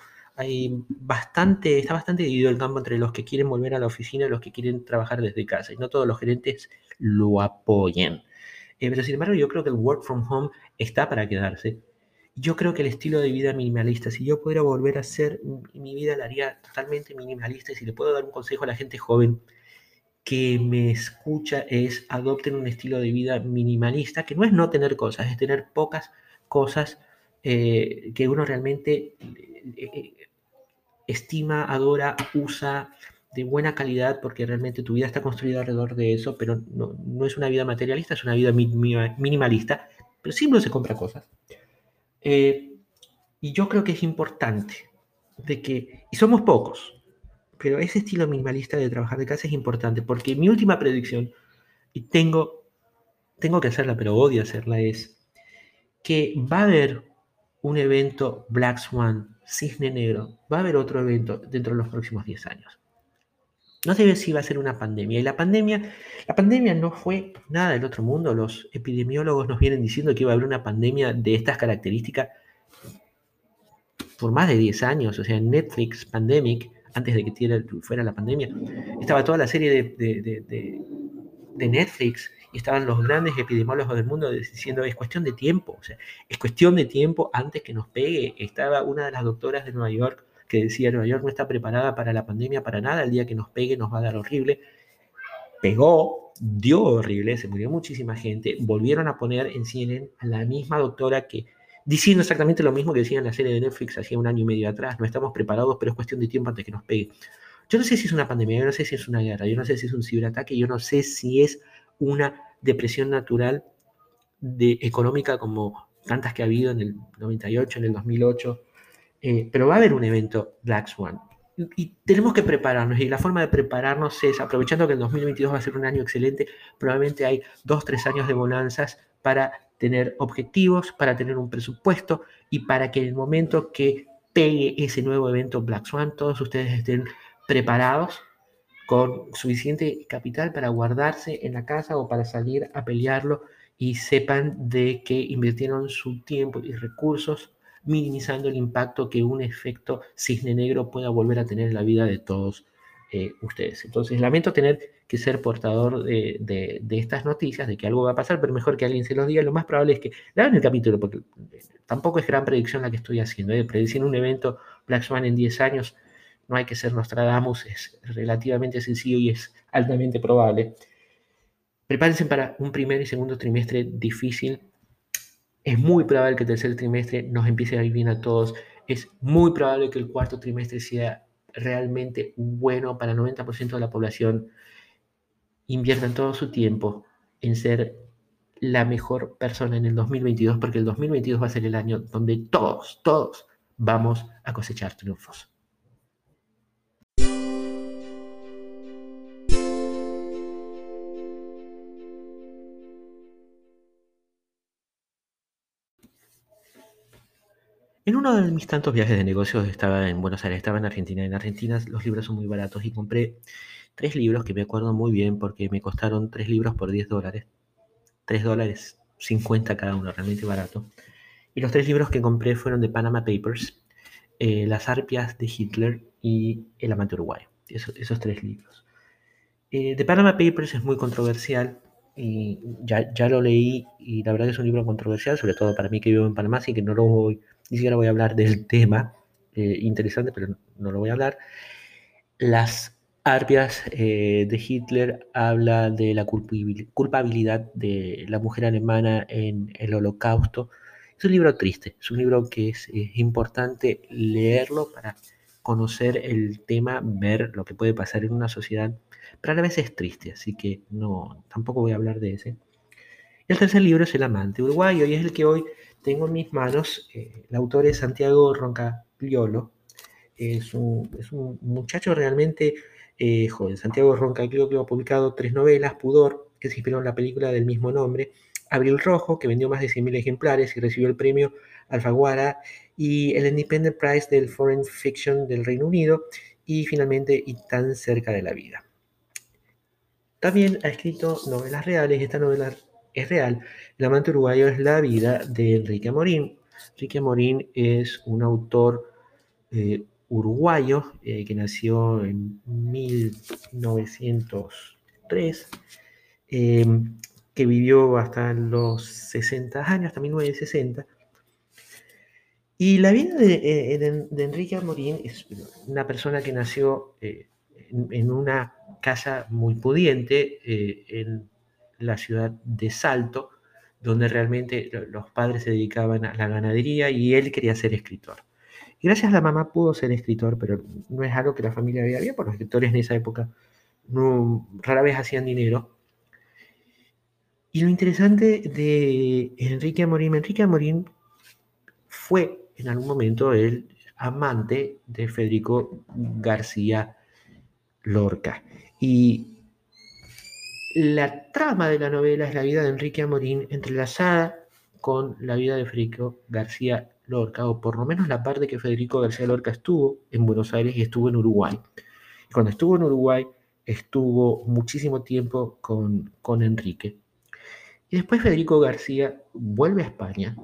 está bastante dividido el campo entre los que quieren volver a la oficina y los que quieren trabajar desde casa. Y no todos los gerentes lo apoyan. Pero sin embargo, yo creo que el work from home está para quedarse. Yo creo que el estilo de vida minimalista, si yo pudiera volver a hacer mi vida, la haría totalmente minimalista. Y si le puedo dar un consejo a la gente joven que me escucha, es adopten un estilo de vida minimalista, que no es no tener cosas, es tener pocas cosas que uno realmente estima, adora, usa de buena calidad, porque realmente tu vida está construida alrededor de eso, pero no es una vida materialista, es una vida minimalista, pero siempre se compra cosas. Y yo creo que es importante y somos pocos, pero ese estilo minimalista de trabajar de casa es importante porque mi última predicción, y tengo que hacerla, pero odio hacerla, es que va a haber un evento Black Swan, Cisne Negro, va a haber otro evento dentro de los próximos 10 años. No se ve si va a ser una pandemia. Y la pandemia no fue nada del otro mundo. Los epidemiólogos nos vienen diciendo que iba a haber una pandemia de estas características por más de 10 años. O sea, en Netflix Pandemic, antes de que fuera la pandemia, estaba toda la serie de Netflix y estaban los grandes epidemiólogos del mundo diciendo es cuestión de tiempo, o sea, es cuestión de tiempo antes que nos pegue. Estaba una de las doctoras de Nueva York que decía Nueva York no está preparada para la pandemia para nada, el día que nos pegue nos va a dar horrible. Pegó, dio horrible, se murió muchísima gente, volvieron a poner en CNN a la misma doctora que diciendo exactamente lo mismo que decía en la serie de Netflix hacía un año y medio atrás, no estamos preparados, pero es cuestión de tiempo antes que nos pegue. Yo no sé si es una pandemia, yo no sé si es una guerra, yo no sé si es un ciberataque, yo no sé si es una depresión natural económica como tantas que ha habido en el 98, en el 2008, pero va a haber un evento Black Swan. Y tenemos que prepararnos, y la forma de prepararnos es, aprovechando que el 2022 va a ser un año excelente, probablemente hay 2, 3 años de bonanzas para tener objetivos, para tener un presupuesto, y para que en el momento que pegue ese nuevo evento Black Swan, todos ustedes estén preparados con suficiente capital para guardarse en la casa o para salir a pelearlo y sepan de que invirtieron su tiempo y recursos minimizando el impacto que un efecto cisne negro pueda volver a tener en la vida de todos ustedes. Entonces, lamento tener que ser portador de estas noticias, de que algo va a pasar, pero mejor que alguien se los diga. Lo más probable es que, vean el capítulo, porque tampoco es gran predicción la que estoy haciendo. Predecir un evento Black Swan en 10 años, no hay que ser Nostradamus, es relativamente sencillo y es altamente probable. Prepárense para un primer y segundo trimestre difícil. Es muy probable que el tercer trimestre nos empiece a ir bien a todos. Es muy probable que el cuarto trimestre sea realmente bueno para el 90% de la población. Inviertan todo su tiempo en ser la mejor persona en el 2022, porque el 2022 va a ser el año donde todos vamos a cosechar triunfos. En uno de mis tantos viajes de negocios estaba en Buenos Aires, estaba en Argentina. En Argentina los libros son muy baratos y compré 3 libros que me acuerdo muy bien porque me costaron 3 libros por $10. $3.50 cada uno, realmente barato. Y los 3 libros que compré fueron de Panama Papers, Las Arpias de Hitler y El Amante Uruguayo. Esos 3 libros. The Panama Papers es muy controversial y ya lo leí y la verdad que es un libro controversial, sobre todo para mí que vivo en Panamá, así que ni siquiera voy a hablar del tema, interesante, pero no lo voy a hablar. Las Arpias de Hitler habla de la culpabilidad de la mujer alemana en el Holocausto. Es un libro triste, es un libro que es importante leerlo para conocer el tema, ver lo que puede pasar en una sociedad, pero a la vez es triste, así que no, tampoco voy a hablar de ese. El tercer libro es El Amante Uruguayo y es el que hoy tengo en mis manos. El autor es Santiago Roncagliolo. Es un muchacho realmente joven. Santiago Roncagliolo ha publicado 3 novelas: Pudor, que se inspiró en la película del mismo nombre; Abril Rojo, que vendió más de 100.000 ejemplares y recibió el premio Alfaguara y el Independent Prize del Foreign Fiction del Reino Unido; y finalmente Y tan cerca de la vida. También ha escrito novelas reales. Esta novela es real. El amante uruguayo es la vida de Enrique Amorín. Enrique Amorín es un autor uruguayo que nació en 1903, eh, que vivió hasta los 60 años, hasta 1960. Y la vida de Enrique Amorín es una persona que nació en una casa muy pudiente en la ciudad de Salto, donde realmente los padres se dedicaban a la ganadería y él quería ser escritor. Y gracias a la mamá pudo ser escritor, pero no es algo que la familia veía bien, porque los escritores en esa época rara vez hacían dinero. Y lo interesante de Enrique Amorín fue en algún momento el amante de Federico García Lorca. Y la trama de la novela es la vida de Enrique Amorín entrelazada con la vida de Federico García Lorca, o por lo menos la parte que Federico García Lorca estuvo en Buenos Aires y estuvo en Uruguay. Y cuando estuvo en Uruguay, estuvo muchísimo tiempo con Enrique. Y después Federico García vuelve a España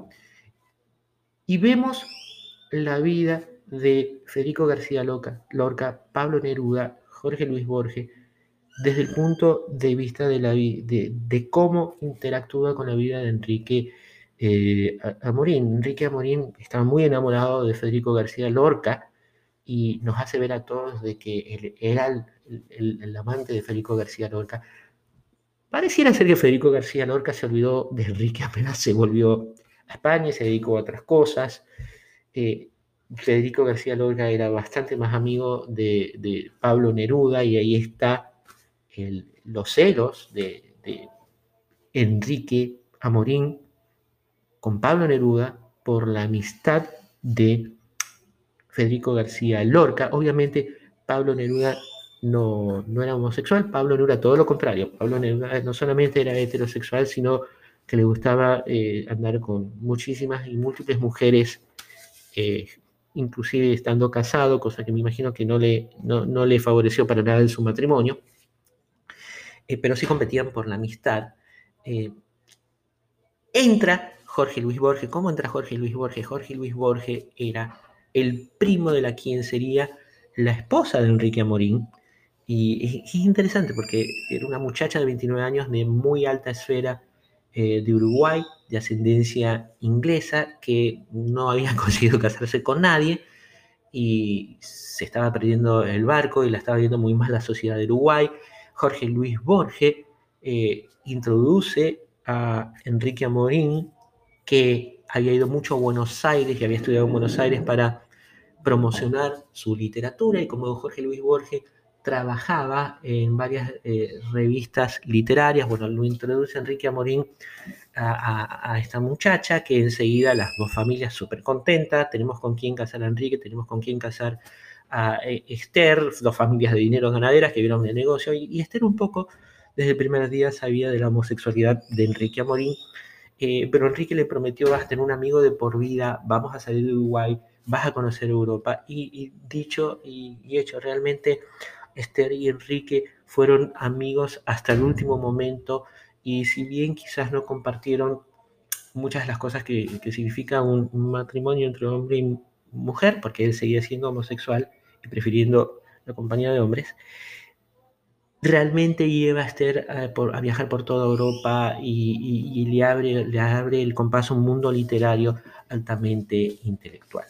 y vemos la vida de Federico García Lorca, Pablo Neruda, Jorge Luis Borges, desde el punto de vista de cómo interactúa con la vida de Enrique Amorín. Enrique Amorín estaba muy enamorado de Federico García Lorca y nos hace ver a todos de que él era el amante de Federico García Lorca. Pareciera ser que Federico García Lorca se olvidó de Enrique apenas se volvió a España y se dedicó a otras cosas. Eh, Federico García Lorca era bastante más amigo de Pablo Neruda y ahí está los celos de Enrique Amorín con Pablo Neruda por la amistad de Federico García Lorca. Obviamente Pablo Neruda no era homosexual, Pablo Neruda todo lo contrario. Pablo Neruda no solamente era heterosexual, sino que le gustaba andar con muchísimas y múltiples mujeres, eh, inclusive estando casado, cosa que me imagino que no le favoreció para nada en su matrimonio, pero sí competían por la amistad. Eh, Entra Jorge Luis Borges. ¿Cómo entra Jorge Luis Borges? Jorge Luis Borges era el primo de la quien sería la esposa de Enrique Amorín. Y es interesante porque era una muchacha de 29 años de muy alta esfera de Uruguay, de ascendencia inglesa, que no había conseguido casarse con nadie y se estaba perdiendo el barco y la estaba viendo muy mal la sociedad de Uruguay. Jorge Luis Borges introduce a Enrique Amorín, que había ido mucho a Buenos Aires y había estudiado en Buenos Aires para promocionar su literatura, y como Jorge Luis Borges trabajaba en varias revistas literarias, bueno, lo introduce Enrique Amorín a esta muchacha, que enseguida las dos familias súper contentas, tenemos con quién casar a Enrique, tenemos con quién casar a Esther, dos familias de dinero ganaderas que vieron el negocio, y Esther un poco desde el primer día sabía de la homosexualidad de Enrique Amorín, pero Enrique le prometió: vas a tener un amigo de por vida, vamos a salir de Uruguay, vas a conocer Europa, y dicho y hecho, realmente Esther y Enrique fueron amigos hasta el último momento, y si bien quizás no compartieron muchas de las cosas que significa un matrimonio entre hombre y mujer, porque él seguía siendo homosexual y prefiriendo la compañía de hombres, realmente lleva a Esther a viajar por toda Europa y le abre el compás a un mundo literario altamente intelectual.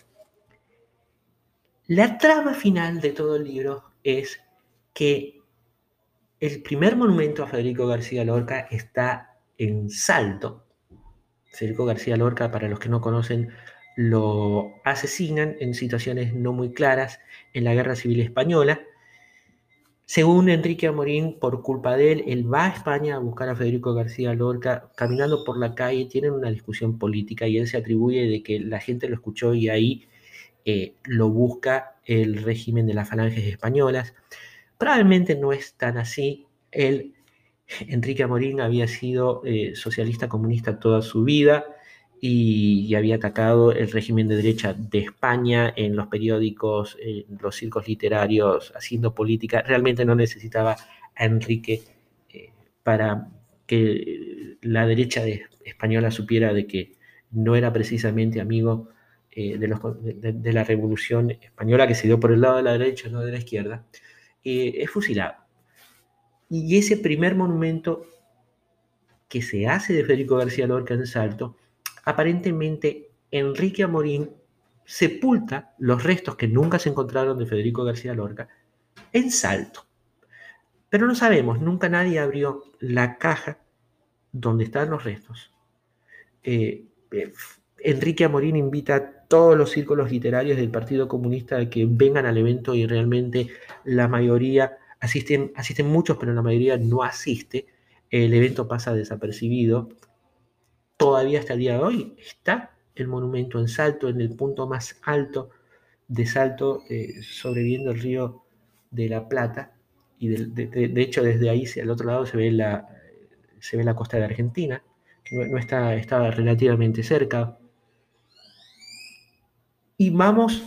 La trama final de todo el libro es que el primer monumento a Federico García Lorca está en Salto. Federico García Lorca, para los que no conocen, lo asesinan en situaciones no muy claras en la Guerra Civil Española. Según Enrique Amorín, por culpa de él, él va a España a buscar a Federico García Lorca. Caminando por la calle tienen una discusión política y él se atribuye de que la gente lo escuchó y ahí lo busca el régimen de las falanges españolas. Probablemente no es tan así. Él, Enrique Amorín, había sido socialista comunista toda su vida y había atacado el régimen de derecha de España en los periódicos, en los circos literarios, haciendo política. Realmente no necesitaba a Enrique para que la derecha española supiera de que no era precisamente amigo de la revolución española, que se dio por el lado de la derecha, no de la izquierda. Es fusilado. Y ese primer monumento que se hace de Federico García Lorca en Salto, aparentemente Enrique Amorín sepulta los restos que nunca se encontraron de Federico García Lorca en Salto. Pero no sabemos, nunca nadie abrió la caja donde están los restos. Eh, eh, Enrique Amorín invita a todos los círculos literarios del Partido Comunista a que vengan al evento, y realmente la mayoría asisten muchos, pero la mayoría no asiste. El evento pasa desapercibido. Todavía hasta el día de hoy está el monumento en Salto, en el punto más alto de Salto, sobreviendo el río de la Plata. y de hecho desde ahí, al otro lado, se ve la costa de Argentina, que no está relativamente cerca. Y vamos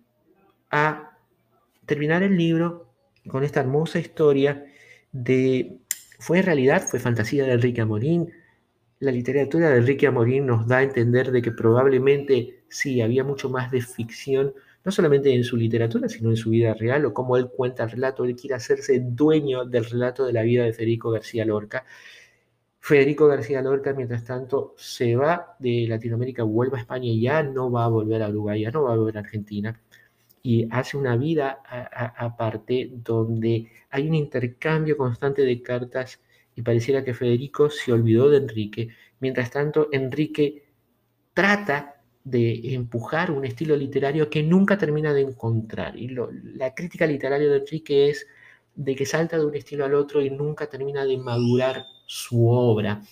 a terminar el libro con esta hermosa historia de, fue realidad, fue fantasía de Enrique Amorín. La literatura de Enrique Amorín nos da a entender de que probablemente sí, había mucho más de ficción, no solamente en su literatura, sino en su vida real, o cómo él cuenta el relato. Él quiere hacerse dueño del relato de la vida de Federico García Lorca. Federico García Lorca, mientras tanto, se va de Latinoamérica, vuelve a España y ya no va a volver a Uruguay, ya no va a volver a Argentina, y hace una vida aparte donde hay un intercambio constante de cartas y pareciera que Federico se olvidó de Enrique. Mientras tanto, Enrique trata de empujar un estilo literario que nunca termina de encontrar. Y la crítica literaria de Enrique es de que salta de un estilo al otro y nunca termina de madurar su obra.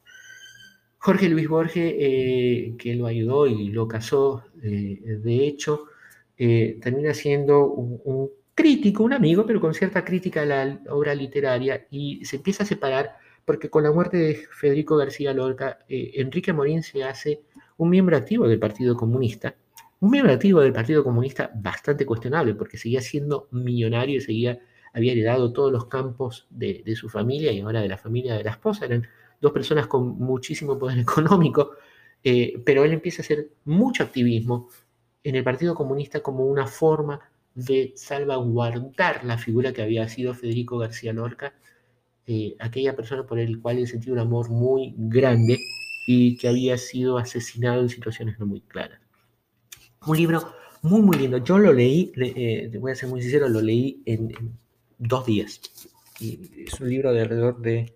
Jorge Luis Borges, que lo ayudó y lo casó, de hecho, termina siendo un crítico, un amigo, pero con cierta crítica a la obra literaria, y se empieza a separar porque con la muerte de Federico García Lorca, Enrique Amorín se hace un miembro activo del Partido Comunista, un miembro activo del Partido Comunista bastante cuestionable porque seguía siendo millonario y había heredado todos los campos de su familia y ahora de la familia de la esposa. Eran dos personas con muchísimo poder económico, pero él empieza a hacer mucho activismo en el Partido Comunista como una forma de salvaguardar la figura que había sido Federico García Lorca, aquella persona por el cual él sentía un amor muy grande y que había sido asesinado en situaciones no muy claras. Un libro muy, muy lindo. Yo lo leí, te voy a ser muy sincero, lo leí en 2 días. Y es un libro de alrededor de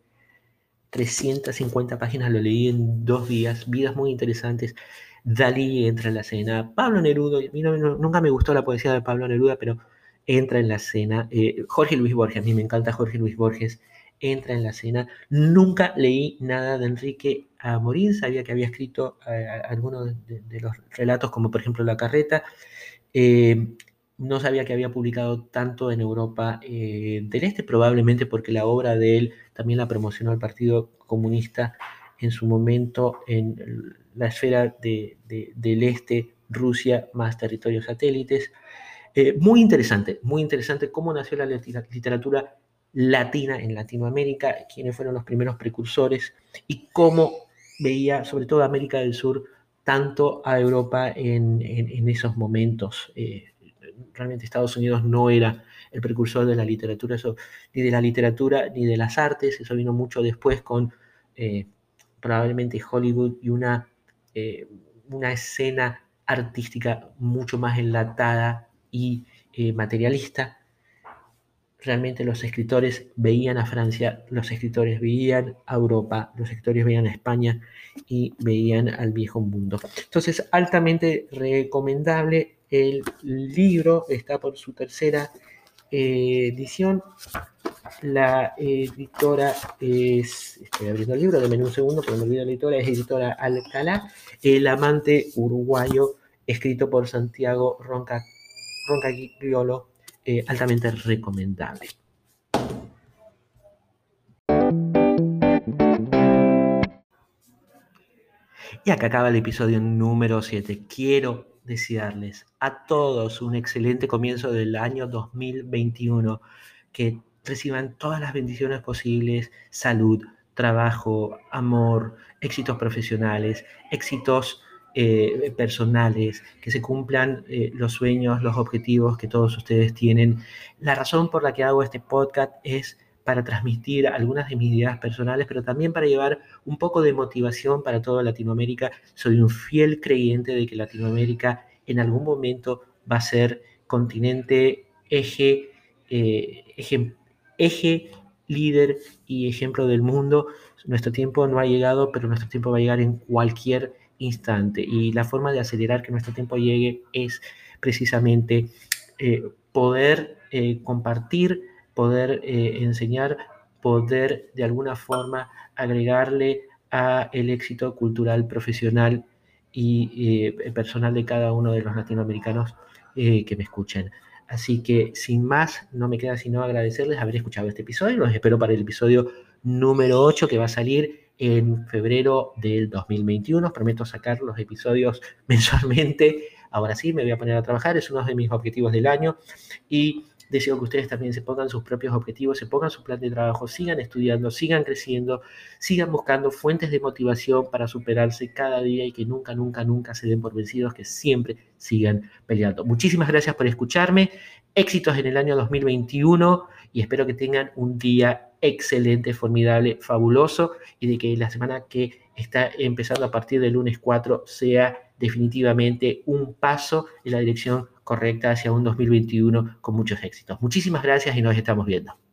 350 páginas, lo leí en 2 días, vidas muy interesantes. Dalí entra en la escena, Pablo Neruda, a mí nunca me gustó la poesía de Pablo Neruda, pero entra en la escena. Jorge Luis Borges, a mí me encanta Jorge Luis Borges, entra en la escena. Nunca leí nada de Enrique Amorín, sabía que había escrito algunos de los relatos, como por ejemplo La Carreta. Eh, no sabía que había publicado tanto en Europa del Este, probablemente porque la obra de él también la promocionó el Partido Comunista en su momento en la esfera del Este, Rusia más territorios satélites. Muy interesante cómo nació la literatura latina en Latinoamérica, quiénes fueron los primeros precursores y cómo veía sobre todo América del Sur tanto a Europa en esos momentos. Realmente Estados Unidos no era el precursor de la literatura, ni de la literatura ni de las artes, eso vino mucho después con eh, probablemente Hollywood y una escena artística mucho más enlatada y materialista. Realmente los escritores veían a Francia, los escritores veían a Europa, los escritores veían a España y veían al viejo mundo. Entonces, altamente recomendable. El libro está por su tercera edición. La editora es, estoy abriendo el libro, denme un segundo porque me olvido la editora, es editora Alcalá, El amante uruguayo, escrito por Santiago Roncagliolo, altamente recomendable. Y acá acaba el episodio número 7. Quiero desearles a todos un excelente comienzo del año 2021, que reciban todas las bendiciones posibles, salud, trabajo, amor, éxitos profesionales, éxitos personales, que se cumplan los sueños, los objetivos que todos ustedes tienen. La razón por la que hago este podcast es para transmitir algunas de mis ideas personales, pero también para llevar un poco de motivación para toda Latinoamérica. Soy un fiel creyente de que Latinoamérica en algún momento va a ser continente, eje, líder y ejemplo del mundo. Nuestro tiempo no ha llegado, pero nuestro tiempo va a llegar en cualquier instante. Y la forma de acelerar que nuestro tiempo llegue es precisamente poder compartir, poder enseñar, poder de alguna forma agregarle a el éxito cultural, profesional y personal de cada uno de los latinoamericanos que me escuchen. Así que sin más, no me queda sino agradecerles haber escuchado este episodio. Los espero para el episodio número 8 que va a salir en febrero del 2021. Prometo sacar los episodios mensualmente. Ahora sí, me voy a poner a trabajar. Es uno de mis objetivos del año. Y deseo que ustedes también se pongan sus propios objetivos, se pongan su plan de trabajo, sigan estudiando, sigan creciendo, sigan buscando fuentes de motivación para superarse cada día y que nunca, nunca, nunca se den por vencidos, que siempre sigan peleando. Muchísimas gracias por escucharme. Éxitos en el año 2021 y espero que tengan un día excelente, formidable, fabuloso y de que la semana que está empezando a partir del lunes 4 sea definitivamente un paso en la dirección correcta hacia un 2021 con muchos éxitos. Muchísimas gracias y nos estamos viendo.